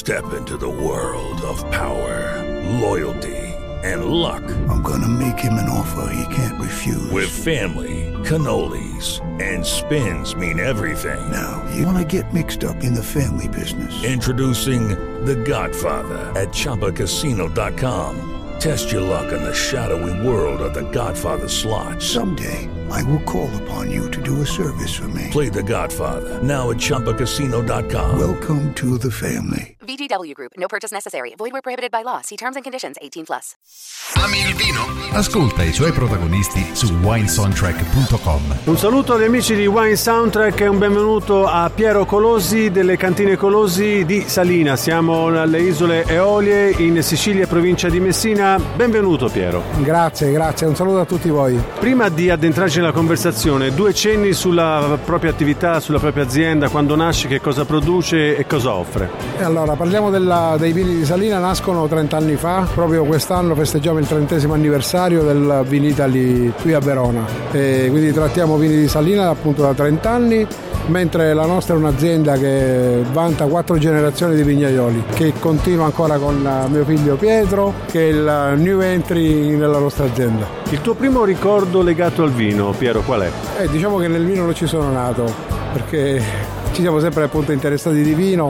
Step into the world of power, loyalty, and luck. I'm gonna make him an offer he can't refuse. With family, cannolis, and spins mean everything. Now, you wanna get mixed up in the family business. Introducing The Godfather at ChumbaCasino.com. Test your luck in the shadowy world of The Godfather slot. Someday, I will call upon you to do a service for me. Play The Godfather, now at ChumbaCasino.com. Welcome to the family. VGW Group. No purchase necessary. Void where prohibited by law. See terms and conditions. 18+. Ami il vino? Ascolta i suoi protagonisti su winesoundtrack.com. Un saluto agli amici di Wine Soundtrack e un benvenuto a Piero Colosi delle Cantine Colosi di Salina. Siamo alle Isole Eolie in Sicilia, provincia di Messina. Benvenuto Piero. Grazie, un saluto a tutti voi. Prima di addentrarci nella conversazione, due cenni sulla propria attività, sulla propria azienda, quando nasce, che cosa produce e cosa offre. E allora, parliamo dei vini di Salina. Nascono 30 anni fa, proprio quest'anno festeggiamo il 30° anniversario del Vinitaly qui a Verona, e quindi trattiamo vini di Salina appunto da 30 anni, mentre la nostra è un'azienda che vanta 4 generazioni di vignaioli, che continua ancora con mio figlio Pietro, che è il new entry nella nostra azienda. Il tuo primo ricordo legato al vino, Piero, qual è? Diciamo che nel vino non ci sono nato, perché ci siamo sempre appunto interessati di vino,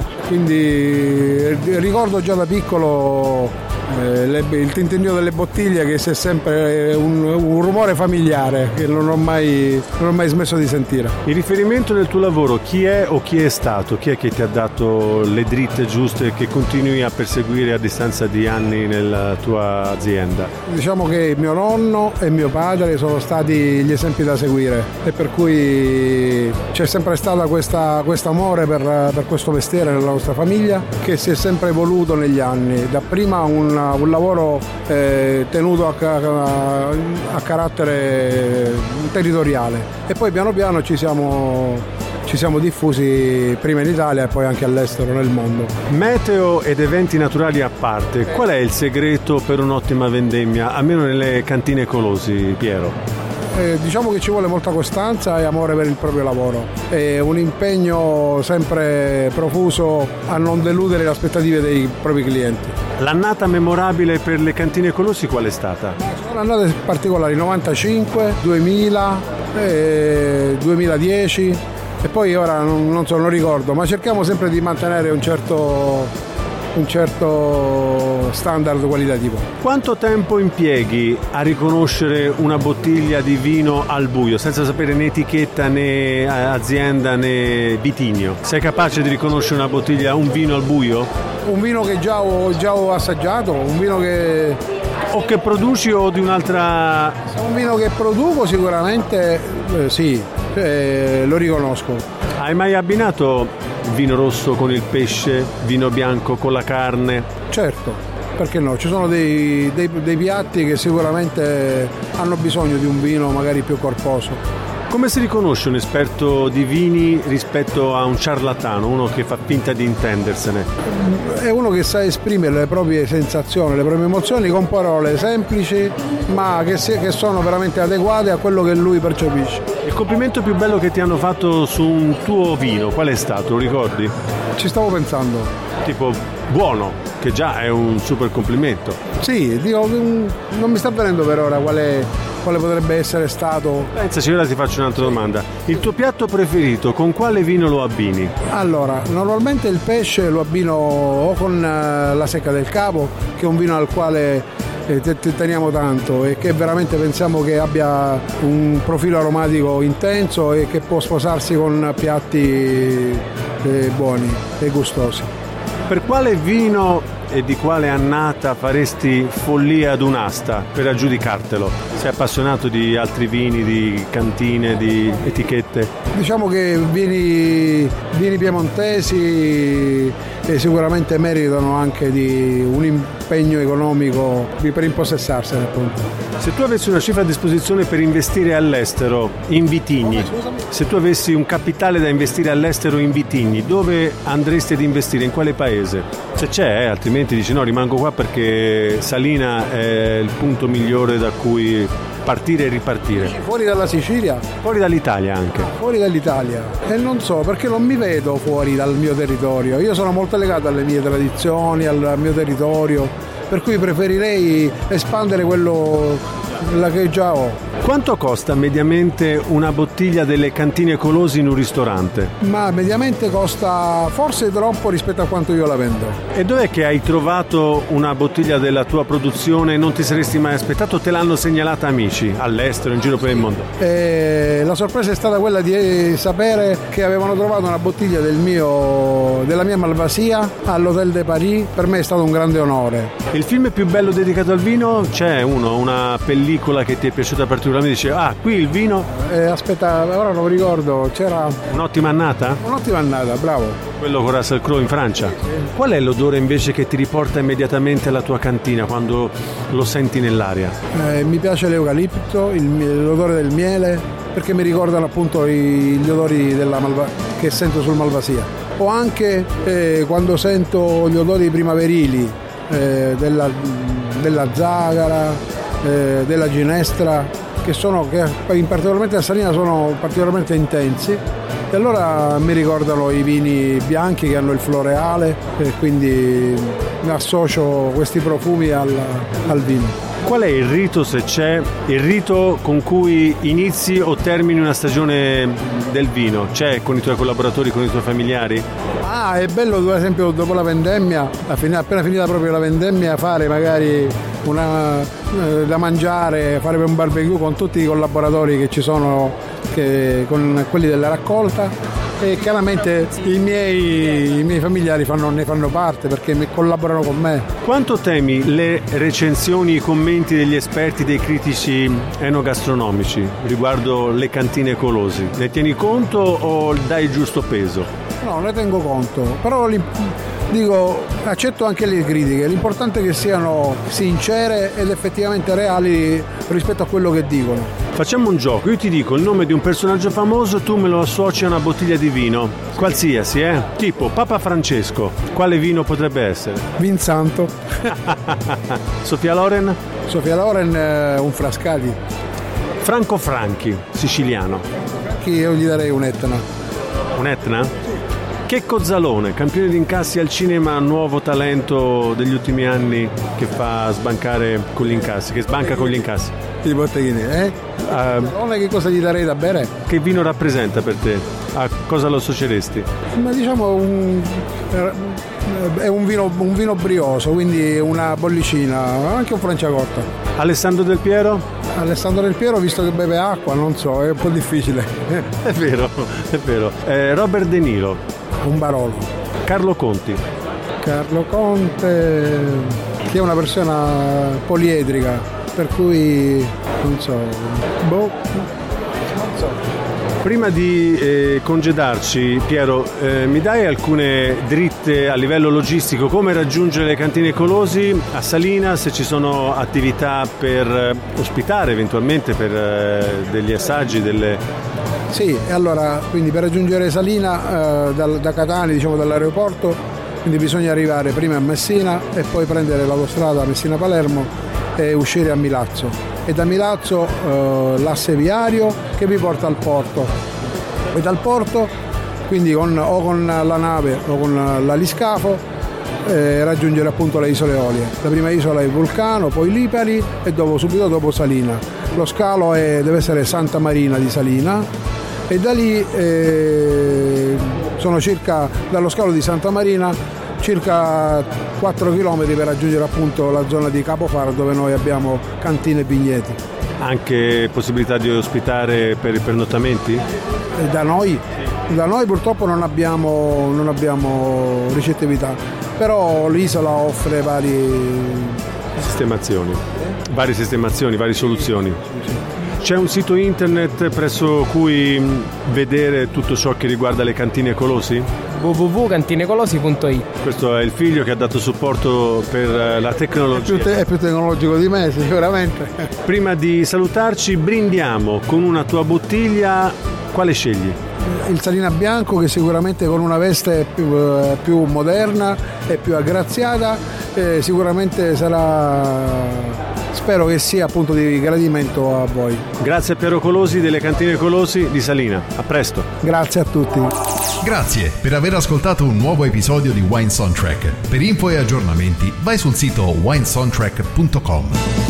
quindi ricordo già da piccolo il tintinnio delle bottiglie, che è sempre un rumore familiare che non ho mai smesso di sentire. In riferimento nel tuo lavoro, chi è o chi è stato? Chi è che ti ha dato le dritte giuste che continui a perseguire a distanza di anni nella tua azienda? Diciamo che mio nonno e mio padre sono stati gli esempi da seguire, e per cui c'è sempre stata questo amore per questo mestiere nella nostra famiglia, che si è sempre evoluto negli anni. Dapprima un lavoro tenuto a carattere territoriale, e poi piano piano ci siamo diffusi prima in Italia e poi anche all'estero, nel mondo. Meteo ed eventi naturali a parte, qual è il segreto per un'ottima vendemmia, almeno nelle Cantine Colosi, Piero? Diciamo che ci vuole molta costanza e amore per il proprio lavoro, e un impegno sempre profuso a non deludere le aspettative dei propri clienti. L'annata memorabile per le Cantine Colosi qual è stata? Sono annate particolari: 95, 2000, 2010, e poi ora non ricordo, ma cerchiamo sempre di mantenere un certo standard qualitativo. Quanto tempo impieghi a riconoscere una bottiglia di vino al buio, senza sapere né etichetta né azienda né vitigno? Sei capace di riconoscere una bottiglia, un vino al buio? Un vino che già ho assaggiato, un vino che... O che produci o di un'altra... Un vino che produco sicuramente sì, lo riconosco. Hai mai abbinato vino rosso con il pesce, vino bianco con la carne? Certo, perché no? Ci sono dei piatti che sicuramente hanno bisogno di un vino magari più corposo. Come si riconosce un esperto di vini rispetto a un ciarlatano, uno che fa finta di intendersene? È uno che sa esprimere le proprie sensazioni, le proprie emozioni con parole semplici, ma che sono veramente adeguate a quello che lui percepisce. Il complimento più bello che ti hanno fatto su un tuo vino, qual è stato? Lo ricordi? Ci stavo pensando. Tipo buono, che già è un super complimento. Sì, dico, non mi sta venendo per ora quale potrebbe essere stato. Pensaci, ora ti faccio un'altra domanda. Il tuo piatto preferito, con quale vino lo abbini? Allora, normalmente il pesce lo abbino o con la Secca del Capo, che è un vino al quale teniamo tanto e che veramente pensiamo che abbia un profilo aromatico intenso e che può sposarsi con piatti buoni e gustosi. Per quale vino e di quale annata faresti follia ad un'asta per aggiudicartelo? Sei appassionato di altri vini, di cantine, di etichette? Diciamo che vini piemontesi sicuramente meritano anche di un impegno economico per impossessarsene, appunto. Se tu avessi una cifra a disposizione per investire all'estero in vitigni, se tu avessi un capitale da investire all'estero in vitigni, dove andresti ad investire? In quale paese? Se c'è, altrimenti dici no, rimango qua perché Salina è il punto migliore da cui partire e ripartire? Fuori dalla Sicilia? Fuori dall'Italia anche. Fuori dall'Italia. E non so, perché non mi vedo fuori dal mio territorio. Io sono molto legato alle mie tradizioni, al mio territorio, per cui preferirei espandere quello che già ho. Quanto costa mediamente una bottiglia delle cantine Colosi in un ristorante? Ma mediamente costa forse troppo rispetto a quanto io la vendo. E dov'è che hai trovato una bottiglia della tua produzione e non ti saresti mai aspettato? Te l'hanno segnalata amici all'estero, in giro per il mondo? La sorpresa è stata quella di sapere che avevano trovato una bottiglia della mia Malvasia all'Hotel de Paris. Per me è stato un grande onore. Il film più bello dedicato al vino? C'è una pellicola che ti è piaciuta particolarmente? Dice, qui il vino? Aspetta, ora non ricordo, c'era... Un'ottima annata? Un'ottima annata, bravo. Quello con Russell Crowe in Francia? Sì. Qual è l'odore invece che ti riporta immediatamente alla tua cantina quando lo senti nell'aria? Mi piace l'eucalipto, l'odore del miele, perché mi ricordano appunto gli odori che sento sul Malvasia. O anche quando sento gli odori primaverili della zagara, della ginestra, che in particolarmente a Salina sono particolarmente intensi, e allora mi ricordano i vini bianchi che hanno il floreale, e quindi mi associo questi profumi al vino. Qual è il rito, se c'è, il rito con cui inizi o termini una stagione del vino? C'è con i tuoi collaboratori, con i tuoi familiari? È bello, per esempio, dopo la vendemmia, appena finita proprio la vendemmia, fare magari da mangiare, fare un barbecue con tutti i collaboratori che ci sono, con quelli della raccolta, e chiaramente i miei familiari ne fanno parte perché collaborano con me. Quanto temi le recensioni, i commenti degli esperti, dei critici enogastronomici riguardo le cantine Colosi? Ne tieni conto o dai il giusto peso? No, ne tengo conto, però accetto anche le critiche, l'importante è che siano sincere ed effettivamente reali rispetto a quello che dicono. Facciamo un gioco, io ti dico il nome di un personaggio famoso, tu me lo associ a una bottiglia di vino, qualsiasi, tipo Papa Francesco, quale vino potrebbe essere? Vinsanto. Sofia Loren? Sofia Loren, un Frascati. Franco Franchi, siciliano. Io gli darei un Etna. Un Etna? Checco Zalone, campione di incassi al cinema, nuovo talento degli ultimi anni che fa sbancare con gli incassi, che sbanca con gli incassi. I botteghini, Zalone, che cosa gli darei da bere? Che vino rappresenta per te? A cosa lo associeresti? Ma diciamo è un vino brioso, quindi una bollicina, anche un Franciacorta. Alessandro Del Piero? Alessandro Del Piero, visto che beve acqua, non so, è un po' difficile. È vero. Robert De Niro? Un Barolo. Carlo Conti? Carlo Conte, che è una persona poliedrica, per cui non so. Prima di congedarci, Piero, mi dai alcune dritte a livello logistico? Come raggiungere le cantine Colosi a Salina, se ci sono attività per ospitare eventualmente per degli assaggi, Sì, e allora, quindi per raggiungere Salina da Catania, diciamo dall'aeroporto, quindi bisogna arrivare prima a Messina e poi prendere l'autostrada Messina-Palermo e uscire a Milazzo. E da Milazzo l'asse viario che vi porta al porto. E dal porto, quindi con la nave o con l'aliscafo, raggiungere appunto le isole Olie. La prima isola è Vulcano, poi Lipari e subito dopo Salina. Lo scalo deve essere Santa Marina di Salina. E da lì sono dallo scalo di Santa Marina circa 4 km per raggiungere appunto la zona di Capofaro, dove noi abbiamo cantine e vigneti. Anche possibilità di ospitare per pernottamenti? Da noi purtroppo non abbiamo ricettività, però l'isola offre varie sistemazioni, varie soluzioni. C'è un sito internet presso cui vedere tutto ciò che riguarda le cantine Colosi? www.cantinecolosi.it. Questo è il figlio che ha dato supporto per la tecnologia. È più tecnologico di me, sicuramente. Prima di salutarci, brindiamo con una tua bottiglia. Quale scegli? Il Salina Bianco, che sicuramente con una veste più moderna e più aggraziata sicuramente sarà spero che sia appunto di gradimento a voi. Grazie a Piero Colosi delle Cantine Colosi di Salina. A presto. Grazie a tutti. Grazie per aver ascoltato un nuovo episodio di Wine Soundtrack. Per info e aggiornamenti vai sul sito winesoundtrack.com.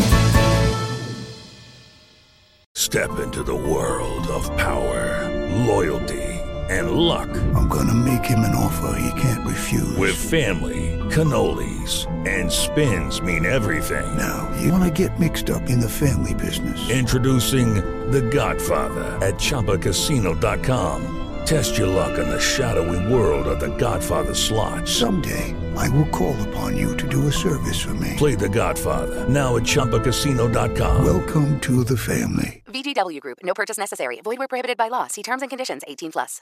Step into the world of power, loyalty, and luck. I'm gonna make him an offer he can't refuse. With family, cannolis, and spins mean everything. Now, you wanna get mixed up in the family business. Introducing The Godfather at ChumbaCasino.com. Test your luck in the shadowy world of The Godfather slot. Someday, I will call upon you to do a service for me. Play The Godfather now at ChumbaCasino.com. Welcome to the family. VGW Group. No purchase necessary. Void where prohibited by law. See terms and conditions. 18+.